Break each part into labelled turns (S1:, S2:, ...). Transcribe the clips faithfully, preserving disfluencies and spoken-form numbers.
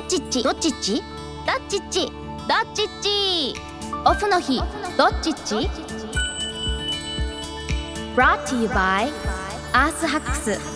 S1: っちっちどっちっちどっちっちどっちっちオフの日どっちっち Brought to you by アースハックス。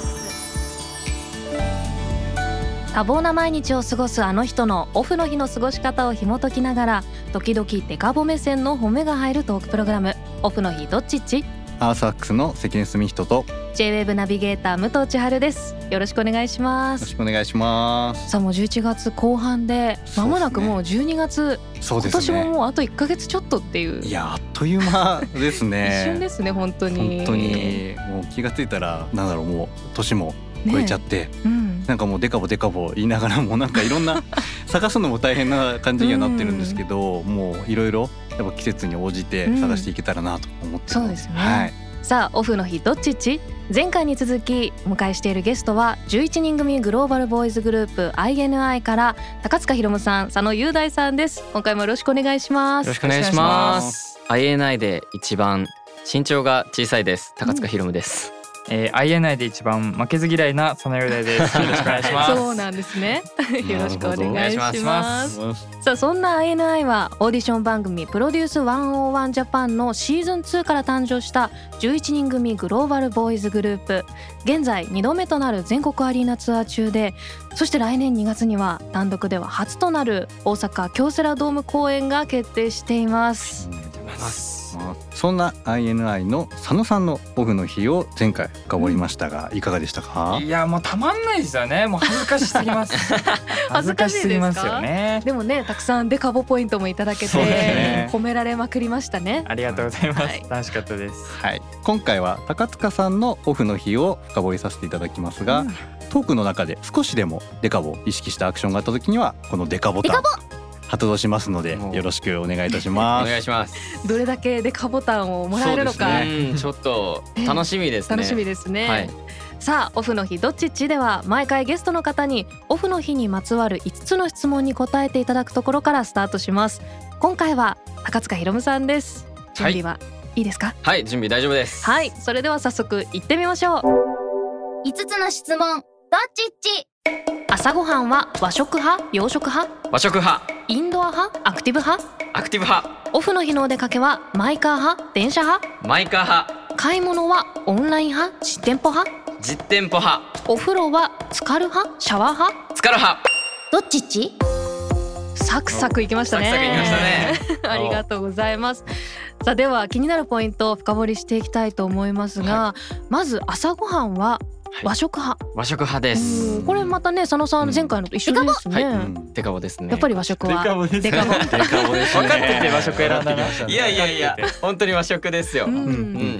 S1: 多忙な毎日を過ごすあの人のオフの日の過ごし方を紐解きながら、時々デカボ目線の褒めが入るトークプログラム、オフの日どっちっち。
S2: アースハックスの関根澄人と
S1: ジェイウェーブ ナビゲーター武藤千春です。よろしくお願いしま
S2: よろ
S1: す。
S2: しくお願いします。
S1: さあもうじゅういちがつこう半でまもなくもうじゅうにがつ、
S2: そうですね、
S1: 今年ももうあといっかげつちょっとっていう、
S2: いやあっという間ですね
S1: 一瞬ですね本当に。
S2: 本当にもう気がついたらなんだろう、もう年も超えちゃって、ね、うん、なんかもうデカボデカボ言いながらもなんかいろんな探すのも大変な感じにはなってるんですけど、うん、もういろいろやっぱ季節に応じて探していけたらなと思ってるので、うん、そうですね、はい。さあオフの日どっちっち。前回に続きお迎えしているゲストはじゅういちにん組グローバルボーイズグループ アイエヌアイ から高塚ひろむさん、佐野雄大さんです。今回もよろしくお願いします。
S3: よろしくお願いします。 アイエヌアイ で一番身長が小さいです高塚ひろむです、
S4: うん、えー、アイエヌアイ で一番負けず嫌いな佐野雄大です。よろしくお願いします。
S1: そうなんですねよろしくお願いします。
S4: ます
S1: さあそんな アイエヌアイ はオーディション番組プロデュースひゃくいちジャパンのシーズンツーから誕生したじゅういちにん組グローバルボーイズグループ。現在にどめとなる全国アリーナツアー中で、そして来年にがつには単独では初となる大阪京セラドーム公演が決定しています。
S2: そんな アイエヌアイ の佐野さんのオフの日を前回深掘りましたが、いかがでしたか？
S4: いやもうたまんないですよね。もう恥ずかしすぎます恥ずかしすぎますよね。
S1: でもね、たくさんデカボポイントもいただけて、ね、褒められまくりましたね。
S4: ありがとうございます、はい、楽しかったです、
S2: はい。今回は高塚さんのオフの日を深掘りさせていただきますが、うん、トークの中で少しでもデカボを意識したアクションがあった時にはこのデカボタン発動しますので、よろしくお願いいたします。
S3: お願いします。
S1: どれだけデカボタンをもらえるのか、
S3: ね、ちょっと楽しみですね。
S1: 楽しみですね、
S3: はい。
S1: さあオフの日どっちっちでは毎回ゲストの方にオフの日にまつわるいつつの質問に答えていただくところからスタートします。今回は高塚ひろむさんです。準備はいいですか？
S3: はい、準備大丈夫です。
S1: はい、それでは早速行ってみましょう。いつつの質問どっちっち。朝ごはんは和食派洋食派？
S3: 和食派。
S1: インドア派アクティブ派？
S3: アクティブ派。
S1: オフの日のお出かけはマイカー派電車派？
S3: マイカー派。
S1: 買い物はオンライン派実店舗派？
S3: 実店舗派。
S1: お風呂は浸かる派シャワー派？
S3: 浸かる派。
S1: どっちっち。サクサクいきましたね。
S3: サクサクいきました
S1: ねありがとうございます。さあでは気になるポイントを深掘りしていきたいと思いますが、はい、まず朝ごはんは和食派、
S3: はい、和食派です。
S1: これまたね佐野さん前回のと一緒ですね、
S3: うんはい、デカボですね。
S1: やっぱり和食は
S4: デカボですね。
S1: デカボ
S4: デカボですね。分かってて和食選んできましたね。
S3: いやいやいや本当に和食ですよ、うんうん、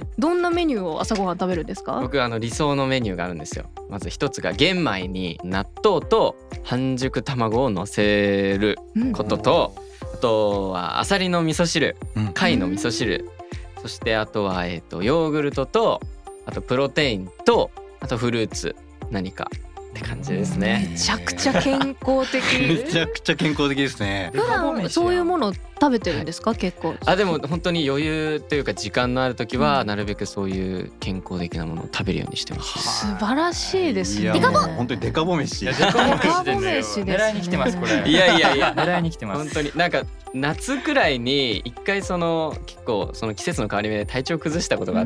S1: どんなメニューを朝ごはん食べるんですか？
S3: 僕あの理想のメニューがあるんですよ。まず一つが玄米に納豆と半熟卵を乗せることと、うん、あとはあさりの味噌汁、貝の味噌汁、うん、そしてあとは、えーと、ヨーグルトとあとプロテインとあとフルーツ何かって感じですね。
S1: めちゃくちゃ健康的
S2: めちゃくちゃ健康的ですね。
S1: 普段そういうもの食べてるんですか？はい、結構
S3: あでも本当に余裕というか時間のある時はなるべくそういう健康的なものを食べるようにしてます、
S1: うん、素晴らしいですね。
S2: デカボ本当にデカボ飯。
S4: デカボ飯ですね。狙いに来てますこれ。
S3: いやいやいや
S4: 狙いに来てます。
S3: 本当になんか夏くらいに一回その結構その季節の変わり目で体調崩したことがあって、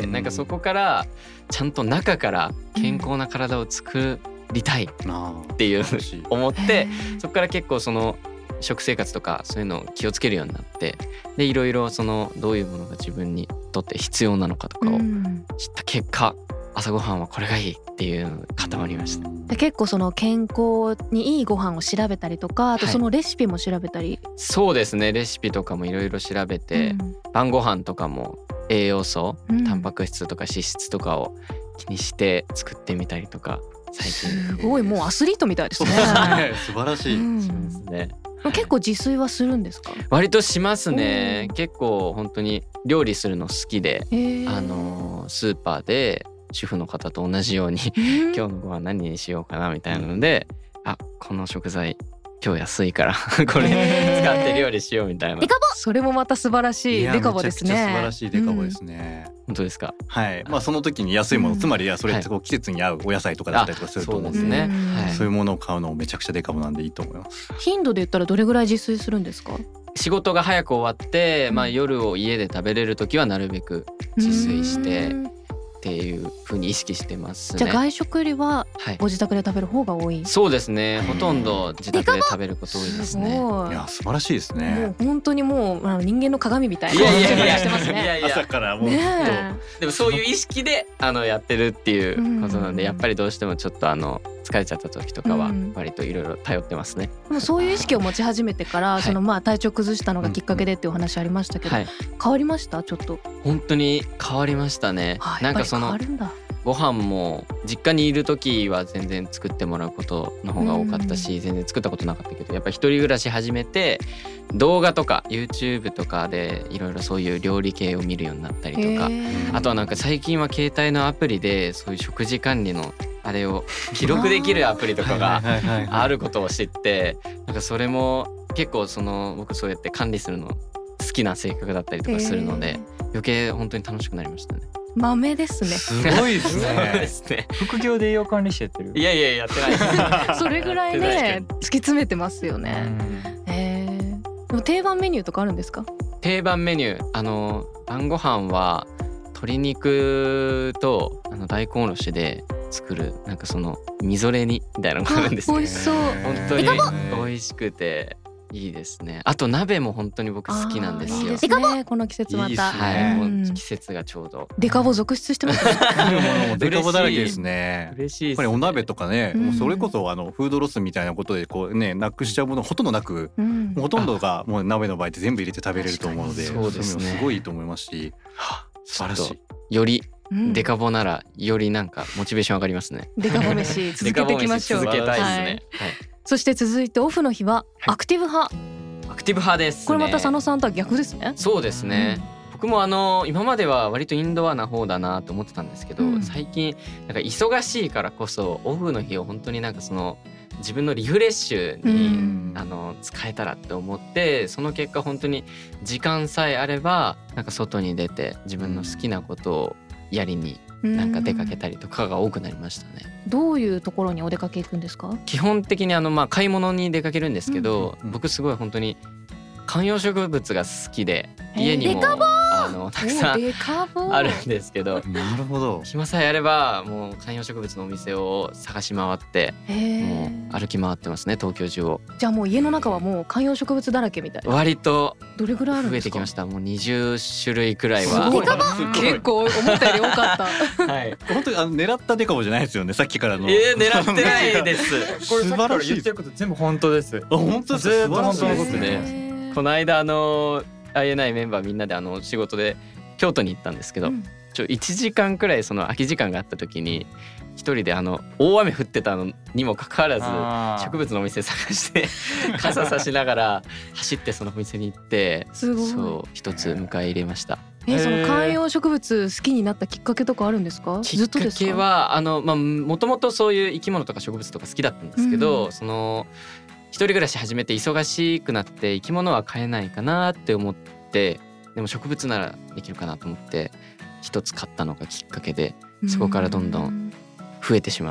S3: なんかそこからちゃんと中から健康な体を作りたいっていう思って、そこから結構その食生活とかそういうのを気をつけるようになって、でいろいろそのどういうものが自分にとって必要なのかとかを知った結果、朝ごはんはこれがいいっていうのが固まりました。
S1: で結構その健康にいいご飯を調べたりとか、あとそのレシピも調べたり、
S3: はい、そうですね。レシピとかもいろいろ調べて、うん、晩ご飯とかも栄養素、うん、タンパク質とか脂質とかを気にして作ってみたりとか最近
S1: すごいもうアスリートみたいですね。
S2: 素晴らしい、うん、
S3: そうですね。
S1: 結構自炊はするんですか？
S3: 割としますね。結構本当に料理するの好きで、あのスーパーで主婦の方と同じように今日のご飯何にしようかなみたいなので、あこの食材今日安いからこれ使って料理しようみたいな。
S1: デカボ、それもまた素晴らしいデカボですね。
S2: めちゃくちゃ素晴らしいデカボですね、
S3: うん、本当ですか。
S2: はい、まあその時に安いもの、うん、つまりそれってこう季節に合うお野菜とかだったりとかすると思うんで、
S3: そうですね、はい、
S2: そういうものを買うのもめちゃくちゃデカボなんでいいと思います。
S1: 頻度で言ったらどれぐらい自炊するんですか？
S3: 仕事が早く終わって、まあ、夜を家で食べれる時はなるべく自炊してっていう風に意識してますね。
S1: じゃあ外食よりはご自宅で食べる方が多い？はい、
S3: そうですね、ほとんど自宅で食べること多いですね。
S2: いや素晴らしいですね。
S1: もう本当にもうあの人間の鏡みたいな感じがしてますね。
S3: いやいや
S2: 朝からもう、
S1: ね、
S3: でもそういう意識であのやってるっていうことなんで、やっぱりどうしてもちょっとあの疲れちゃった時とかは割といろいろ頼ってますね、
S1: うん、もうそういう意識を持ち始めてから、はい、そのまあ体調崩したのがきっかけでっていうお話ありましたけど、はい、変わりました？ちょっと
S3: 本当に変わりましたね、
S1: はい、
S3: なんかその
S1: 変わるんだ。
S3: ご飯も実家にいる時は全然作ってもらうことの方が多かったし、うん、全然作ったことなかったけど、やっぱ一人暮らし始めて動画とか YouTube とかでいろいろそういう料理系を見るようになったりとか、あとはなんか最近は携帯のアプリでそういう食事管理のあれを記録できるアプリとかがあることを知って、なんかそれも結構その僕そうやって管理するの好きな性格だったりとかするので、余計本当に楽しくなりましたね。
S1: 豆ですね。
S2: すごいですね。
S3: ですね。
S4: 副業で栄養管理士やってる？
S3: いやいややってないです。
S1: それぐらいね突き詰めてますよね。えー、でも定番メニューとかあるんですか？
S3: 定番メニュー、あの晩ご飯は鶏肉とあの大根おろしで作るなんかそのみぞれ煮みたいなのがあるんですよ。
S1: 美味しそう。
S3: 本当に美味しくていいですね。あと鍋も本当に僕好きなんですよ。
S1: いいですね、この季節また。いいですね、
S3: はい、もう季節がちょうど
S1: デカボ続出してますね。
S2: デカボだらけですね。
S3: 嬉しいですね。
S2: やっぱりお鍋とかね、もうそれこそあのフードロスみたいなことでこうねなくしちゃうものほとんどなく、うん、ほとんどがもう鍋の場合って全部入れて食べれると思うので、
S3: そうですね、
S2: すごいいいと思いますし、素晴らしい。
S3: よりデカボならよりなんかモチベーション上がりますね。
S1: デカボ飯続けていきましょう。
S3: 続けたいですね。はいはい、
S1: そして続いてオフの日はアクティブ派。
S3: アクティブ派ですね。
S1: これまた佐野さんとは逆ですね。
S3: そうですね、うん、僕もあの今までは割とインドアな方だなと思ってたんですけど、うん、最近なんか忙しいからこそオフの日を本当になんかその自分のリフレッシュに、うん、あの使えたらって思って、その結果本当に時間さえあればなんか外に出て自分の好きなことをやりになんか出かけたりとかが多くなりましたね。
S1: どういうところにお出かけ行くんですか？
S3: 基本的にあのまあ買い物に出かけるんですけど、うん、僕すごい本当に観葉植物が好きで家にもあのたくさんあるんですけど、
S2: なるほど。
S3: 暇さえあればもう観葉植物のお店を探し回ってもう歩き回ってますね、東京中を。
S1: じゃあもう家の中はもう観葉植物だらけみたいな。
S3: 割と
S1: どれぐらいあるんですか？
S3: 増えてきました。もうにじゅっしゅるいくらいは。
S1: 結構思ったより多かった。
S3: はい。
S2: 本当にあの狙ったデカボじゃないですよね。さっきからの。
S3: えー、狙ってないです。
S4: これさっきから言ってること全部本当です。
S2: あ、本当です。
S4: ずっと本当のこと
S3: ね。この間あの アイエヌアイ メンバーみんなであの仕事で京都に行ったんですけど、うん、ちょいちじかんくらいその空き時間があった時に一人であの大雨降ってたのにもかかわらず植物のお店探して傘差しながら走ってそのお店に行って
S1: すごい
S3: そう一つ迎え入れました。
S1: えー、その観葉植物好きになったきっかけとかあるんですか？
S3: きっかけはあのまあもともとそういう生き物とか植物とか好きだったんですけど、うん、その一人暮らし始めて忙しくなって生き物は飼えないかなって思って、でも植物ならできるかなと思って一つ買ったのがきっかけで、そこからどんどん増えてしまって、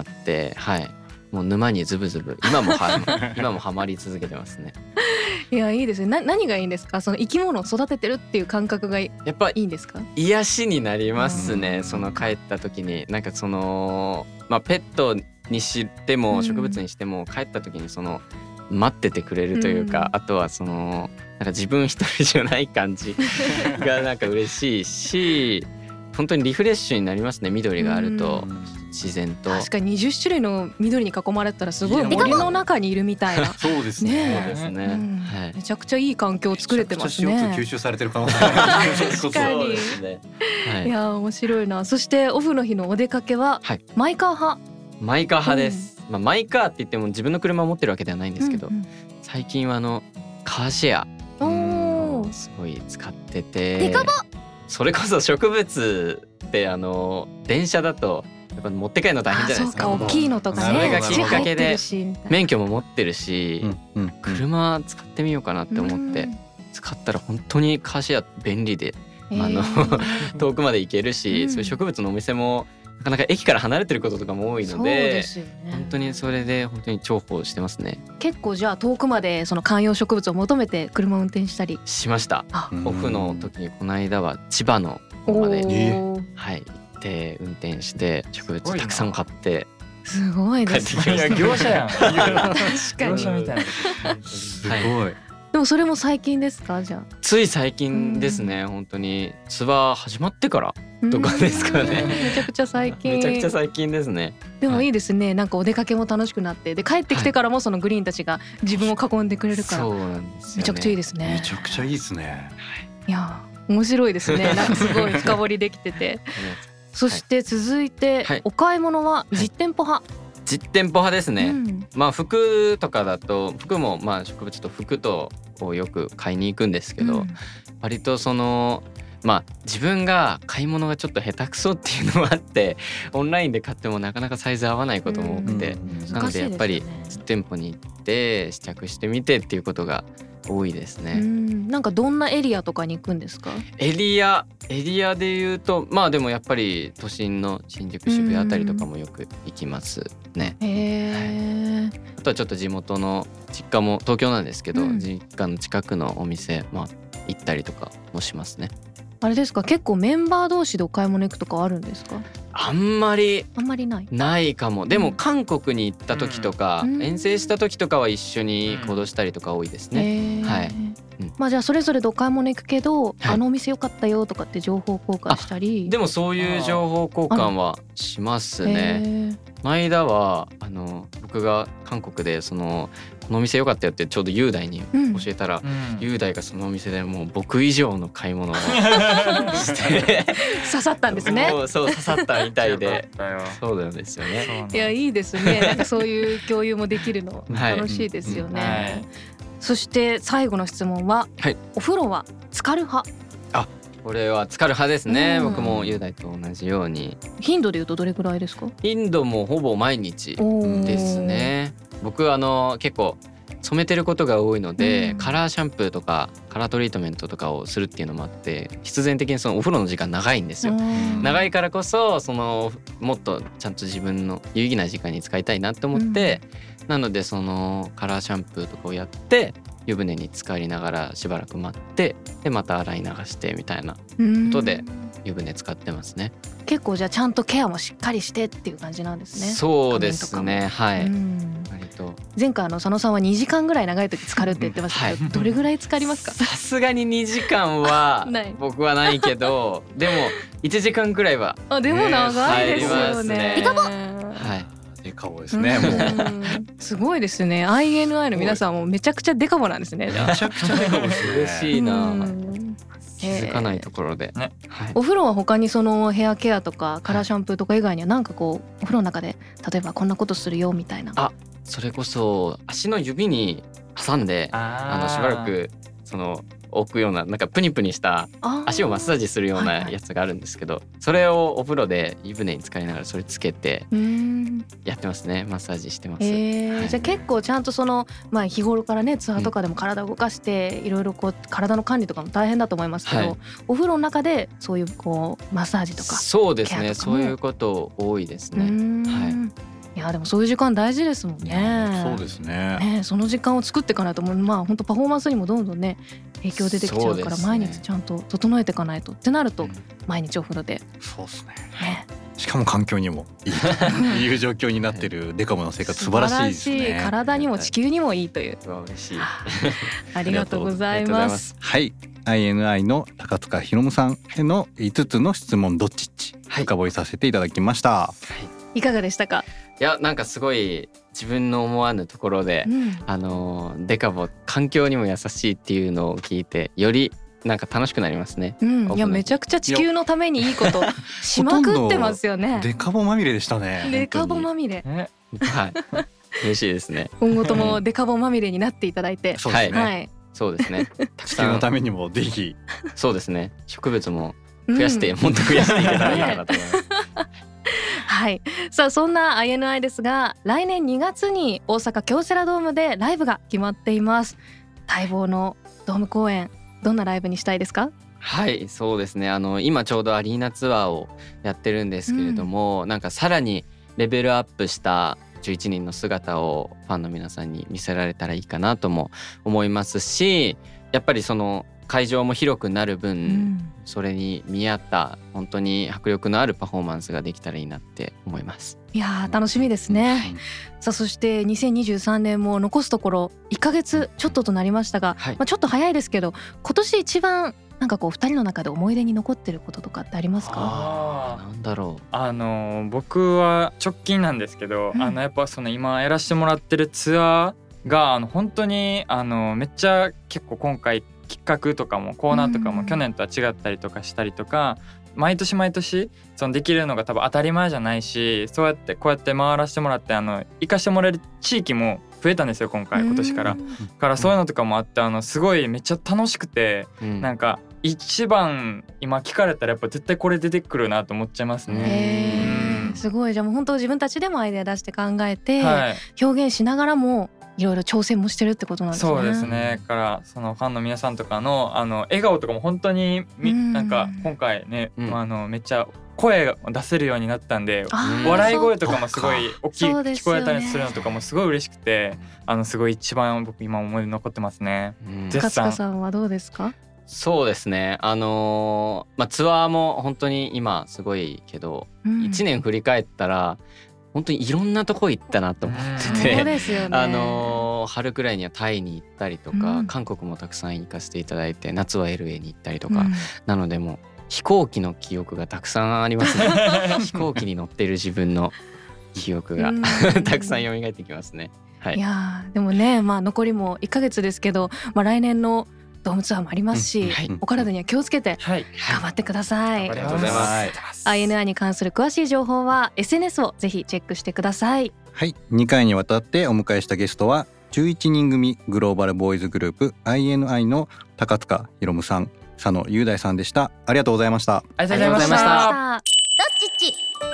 S3: はい、もう沼にズブズブ今もは今もハマり続けてますね。
S1: いやいいですね。な何がいいんですか？その生き物を育ててるっていう感覚がやっぱいいんですか？
S3: 癒しになりますね。その帰った時になんかそのまあペットにしても植物にしても帰った時にその待っててくれるというか、うん、あとはそのなんか自分一人じゃない感じがなんか嬉しいし本当にリフレッシュになりますね。緑があると自然と。
S1: 確かににじゅっしゅるいの緑に囲まれたらすごい森の中にいるみたいな。
S2: そうですね。
S1: ね
S3: そうですね、うん
S1: はい、めちゃくちゃいい環境を作れてますね。
S2: めちゃくちゃ シーオーツー 吸収されてる可能性がある。
S1: 確かに。
S3: ねはい、
S1: いや面白いな。そしてオフの日のお出かけは、はい、マイカー派。
S3: マイカー派です。うんまあ、マイカーって言っても自分の車を持ってるわけではないんですけど、うんうん、最近はあのカーシェアをすごい使ってて、
S1: デカボそ
S3: れこそ植物ってあの電車だとやっぱ持って帰るの大変じゃないですか。
S1: あ、そうか、大きいのとかね。
S3: それがきっかけで免許も持ってるし、
S2: うんうん、
S3: 車使ってみようかなって思って使ったら本当にカーシェア便利で、あの遠くまで行けるし、うん、そういう植物のお店もなかなか駅から離れてることとかも多いの で,
S1: そうですよ、ね、
S3: 本当にそれで本当に重宝してますね。
S1: 結構じゃあ遠くまでその観葉植物を求めて車を運転したり
S3: しました。オフの時にこの間は千葉の方まで、はい、行って運転して植物たくさん買って
S1: すごいですね。
S4: いや業者やん
S1: 確かに
S4: 業者みたいな
S2: すごい、はい、
S1: でもそれも最近ですか？じゃあ
S3: つい最近ですね。本当にツアー始まってからとかですかね。
S1: めちゃくちゃ最近
S3: めちゃくちゃ最近ですね。
S1: でもいいですね、はい、なんかお出かけも楽しくなって、で帰ってきてからもそのグリーンたちが自分を囲んでくれるから、
S3: そうなんですよね、
S1: めちゃくちゃいいですね。
S2: めちゃくちゃいいですね。
S1: いや面白いですね。なんかすごい深掘りできててそして続いて、はい、お買い物は実店舗派、はい、
S3: 実店舗派ですね、うん、まあ服とかだと服もまあ植物と服とをよく買いに行くんですけど、うん、割とそのまあ自分が買い物がちょっと下手くそっていうのもあってオンラインで買ってもなかなかサイズ合わないことも多くて、うん、なのでやっぱり実店舗に行って試着してみてっていうことが多いですね。うん、
S1: なんかどんなエリアとかに行くんですか？
S3: エリアエリアで言うとまあでもやっぱり都心の新宿渋谷あたりとかもよく行きますね。へ、はい、あとはちょっと地元の実家も東京なんですけど、うん、実家の近くのお店、まあ、行ったりとかもしますね。
S1: あれですか、結構メンバー同士でお買い物行くとかあるんですか？
S3: あんまり
S1: あんまりない
S3: ないかも。でも韓国に行った時とか、うん、遠征した時とかは一緒に行動したりとか多いですね、うん、はい、うん、まあじゃあそれぞれでお買い物行くけど、はい、あのお店良かったよとかって情報交換したり。 でもそういう情報交換はしますね。この間はあの僕が韓国でそのこのお店良かったよってちょうど雄大に教えたら、うん、雄大がそのお店でもう僕以上の買い物をして
S1: 刺さったんですね。
S3: そうそう刺さったみたいでそうなんですよね。
S1: いやいいですね。なんかそういう共有もできるの楽しいですよね、はい、はい、そして最後の質問は、はい、お風呂は浸かる派？
S3: あ、これは浸かる派ですね、うん、僕も雄大と同じように。
S1: 頻度でいうとどれくらいですか？
S3: 頻度もほぼ毎日ですね。僕あの結構染めてることが多いので、うん、カラーシャンプーとかカラートリートメントとかをするっていうのもあって必然的にそのお風呂の時間長いんですよ。長いからこそそのもっとちゃんと自分の有意義な時間に使いたいなって思って、うん、なのでそのカラーシャンプーとかをやって湯船に浸かりながらしばらく待ってでまた洗い流してみたいなことで湯船使ってますね。
S1: 結構じゃあちゃんとケアもしっかりしてっていう感じなんですね。
S3: そうですね、はい、割と
S1: 前回あの佐野さんはにじかんぐらい長い時浸かるって言ってましたけど、はい、どれぐらい浸かりますか？
S3: さすがににじかんは僕はないけどでもいちじかんくらいは
S1: あでも長いですよね。
S3: デカボ、
S1: はい、
S2: デカボですね。もう
S1: すごいですね。 アイエヌアイ の皆さんもめちゃくちゃデカボなんですね。
S2: めちゃくちゃデカボですね。
S3: 嬉しいな。気づかないところで、ね、
S1: はい、お風呂は他にそのヘアケアとかカラーシャンプーとか以外にはなんかこうお風呂の中で例えばこんなことするよみたいな。
S3: あ、それこそ足の指に挟んで あ, あのしばらくその置くようななんかプニプニした足をマッサージするようなやつがあるんですけど、はいはい、それをお風呂で湯船に浸かりながらそれつけてやってますね。マッサージしてます、
S1: えーはい、じゃあ結構ちゃんとその、まあ、日頃からねツアーとかでも体を動かしていろいろこう体の管理とかも大変だと思いますけど、はい、お風呂の中でそういうこうマッサージとか
S3: そうですね、そういうこと多いですね。はい、
S1: いやでもそういう時間大事ですもんね。
S2: そうです ね,
S1: ねその時間を作っていかないともうまあ本当パフォーマンスにもどんどんね影響出てきちゃうから、毎日ちゃんと整えていかないとってなると毎日お風呂で、
S2: うん、そうです ね, ねしかも環境にもいいという状況になってるデカボの生活素晴らしいですね。
S1: 素晴らしい、体にも地球にもいいという
S3: 嬉しい
S1: ありがとうございます。
S2: はい、アイエヌアイ の高塚ひろむさんへのいつつの質問どっちっち深掘りさせていただきました、はい、
S1: いかがでしたか？
S3: いやなんかすごい自分の思わぬところで、うん、あのデカボ環境にも優しいっていうのを聞いてよりなんか楽しくなりますね、
S1: うん、いやめちゃくちゃ地球のためにいいことしまくってますよね。
S2: デカボまみれでしたね。
S1: デカボまみれ、
S3: はい嬉しいですね。
S1: 今後ともデカボまみれになっていただいて
S2: そうですね、
S1: はい、
S3: そうですね
S2: 地球のためにもぜひ
S3: そうですね植物も増やして、うん、もっと増やしていけたらいいかなと思います
S1: はい、さあそんな アイエヌアイ ですが、来年にがつに大阪京セラドームでライブが決まっています。待望のドーム公演、どんなライブにしたいですか？
S3: はい、そうですね。あの今ちょうどアリーナツアーをやってるんですけれども、うん、なんかさらにレベルアップしたじゅういちにんの姿をファンの皆さんに見せられたらいいかなとも思いますし、やっぱりその会場も広くなる分、うん、それに見合った本当に迫力のあるパフォーマンスができたらいいなって思います。
S1: いやー楽しみですね、はい、さあそしてにせんにじゅうさんねんも残すところいっかげつちょっととなりましたが、はい、まあ、ちょっと早いですけど、今年一番なんかこうふたりの中で思い出に残ってることとかってありますか？
S3: あなんだろう。
S4: あの僕は直近なんですけど、うん、あのやっぱその今やらせてもらってるツアーがあの本当にあのめっちゃ結構今回企画とかもコーナーとかも去年とは違ったりとかしたりとか、うん、毎年毎年そのできるのが多分当たり前じゃないし、そうやってこうやって回らせてもらってあの行かしてもらえる地域も増えたんですよ今回今年から。からそういうのとかもあってあのすごいめっちゃ楽しくて、うん、なんか一番今聞かれたらやっぱ絶対これ出てくるなと思っちゃいますね。
S1: へー、すごい。じゃあもう本当自分たちでもアイデア出して考えて、はい、表現しながらもいろいろ挑戦もしてるってことなんですね。
S4: そうですね。からそのファンの皆さんとかのあの笑顔とかも本当にみなんか今回ね、うん、あのめっちゃ声を出せるようになったんで、笑い声とかもすごい大きい聞こえたりするのとかもすごい嬉しくて、あのすごい一番僕今思い出残ってますね。
S1: 勝塚さんはどうですか？
S3: そうですね、あのーまあ、ツアーも本当に今すごいけど、うん、いちねん振り返ったら本当にいろんなとこ行ったなと思ってて、
S1: そうですよね、
S3: あのー、春くらいにはタイに行ったりとか、うん、韓国もたくさん行かせていただいて、夏は エルエー に行ったりとか、うん、なのでもう飛行機の記憶がたくさんありますね飛行機に乗っている自分の記憶がたくさん蘇ってきますね、はい、い
S1: やでもね、まあ、残りもいっかげつですけど、まあ、来年のドームツアーもありますし、うんはい、お体には気をつけて頑張ってください、
S3: はい、ありがとうございます。
S1: アイエヌアイ に関する詳しい情報は エスエヌエス をぜひチェックしてください。
S2: はい、にかいにわたってお迎えしたゲストはじゅういちにん組グローバルボーイズグループ アイエヌアイ の高塚ひろむさん、佐野雄大さんでした。ありがとうございました。
S4: ありがとうございました。
S1: どっちっち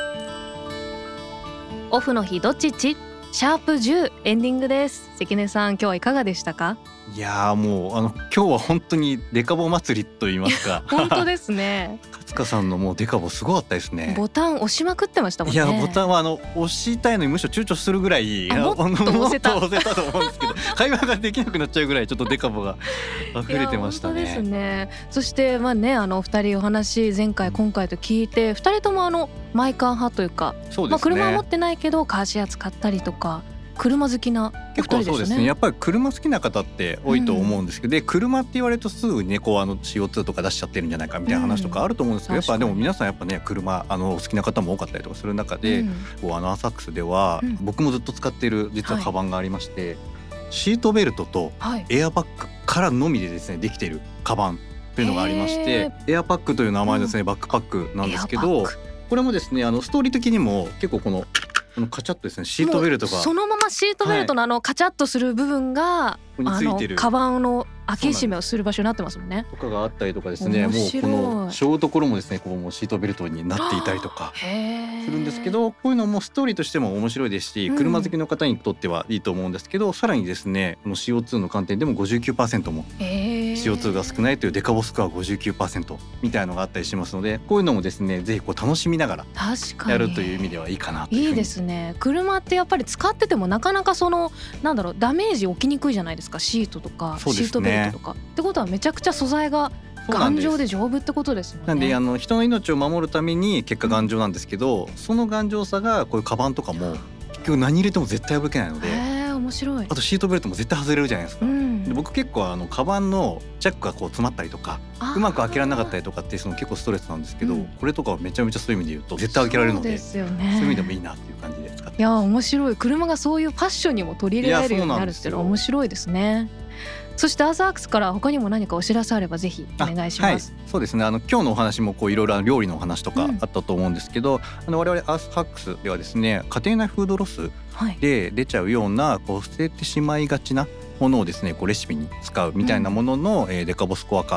S1: オフの日どっちっちシャープじゅうエンディングです。関根さん今日はいかがでしたか？
S2: いやもうあの今日は本当にデカボ祭りと言いますか
S1: 本当ですね
S2: 勝塚さんのもうデカボすごかったですね。
S1: ボタン押しまくってましたもんね。
S2: いやボタンはあの押したいのにむしろ躊躇するぐらい
S1: もっと押せた
S2: もっと押せたと思うんですけど会話ができなくなっちゃうぐらいちょっとデカボが溢れてましたね。
S1: いや本当ですね。そしてまあね、あのお二人お話前回今回と聞いて、二人ともあのマイカー派というか、
S2: そうですね、
S1: まあ、車は持ってないけどカーシェア使ったりとか車好きなお二人でしたね。
S2: 結構そうですね、やっぱり車好きな方って多いと思うんですけど、うん、で車って言われるとすぐにねこうあの シーオーツー とか出しちゃってるんじゃないかみたいな話とかあると思うんですけど、うん、やっぱでも皆さんやっぱね車あの好きな方も多かったりとかする中で、うん、こうあのアサックスでは、うん、僕もずっと使っている実はカバンがありまして、はい、シートベルトとエアバッグからのみでですねできているカバンというのがありまして、エアパックという名前ですね、うん、バックパックなんですけど、これもですねあのストーリー的にも結構このこのカチャッとですねシートベルトが
S1: そのままシートベルトのあのカチャッとする部分が、はい、あのカバンの開け閉めをする場所になってますもんね。
S2: とかがあったりとかですね、もうこのショートころもですねこうもうシートベルトになっていたりとかするんですけど、こういうのもストーリーとしても面白いですし、車好きの方にとってはいいと思うんですけど、うん、さらにですねこの シーオーツー の観点でも ごじゅうきゅうパーセント も シーオーツー が少ないというデカボスコア ごじゅうきゅうパーセント みたいなのがあったりしますので、こういうのもですねぜひこう楽しみながらやるという意味ではいいかなというふうに。
S1: いいですね。車ってやっぱり使っててもなかなかそのなんだろうダメージ起きにくいじゃないですか、シートとか、ね、シートベルトとかってことはめちゃくちゃ素材が頑丈で丈夫ってことですよね。
S2: なんであの人の命を守るために結果頑丈なんですけど、うん、その頑丈さがこういうカバンとかも結局何入れても絶対破けないので、
S1: 面白い。
S2: あとシートベルトも絶対外れるじゃないですか、うん、で僕結構あのカバンのチャックがこう詰まったりとかうまく開けられなかったりとかってその結構ストレスなんですけど、うん、これとかはめちゃめちゃそういう意味で言うと絶対開けられるの で, そうですよ、ね、そういう意味でもいいなっていう感じで使って。
S1: いや面白い。車がそういうファッションにも取り入れられるようになるっていうのは面白いですね。そしてアザークスから他にも何かお知らせあればぜひお願いします。
S2: はい、そうですね、あの今日のお話もこういろいろ料理のお話とかあったと思うんですけど、うん、あの我々アースハックスではですね家庭内フードロスで出ちゃうようなこう捨ててしまいがちなものをですねこうレシピに使うみたいなものの、うんえー、デカボスコア化と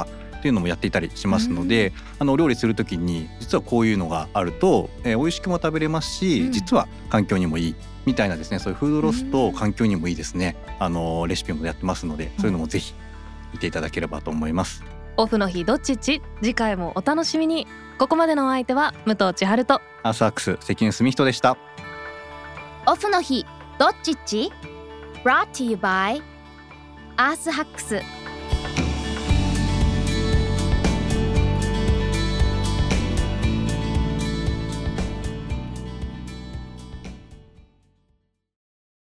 S2: っていうのもやっていたりしますので、あのお料理する時に実はこういうのがあると、えー、美味しくも食べれますし、うん、実は環境にもいいみたいなですね、そういうフードロスと環境にもいいですね、あのレシピもやってますので、そういうのもぜひ見ていただければと思います。
S1: オフの日どっちっち、次回もお楽しみに。ここまでのお相手は武藤千春と
S2: アースハックス関根澄人でした。
S5: オフの日どっちっち Brought to you by アースハックス。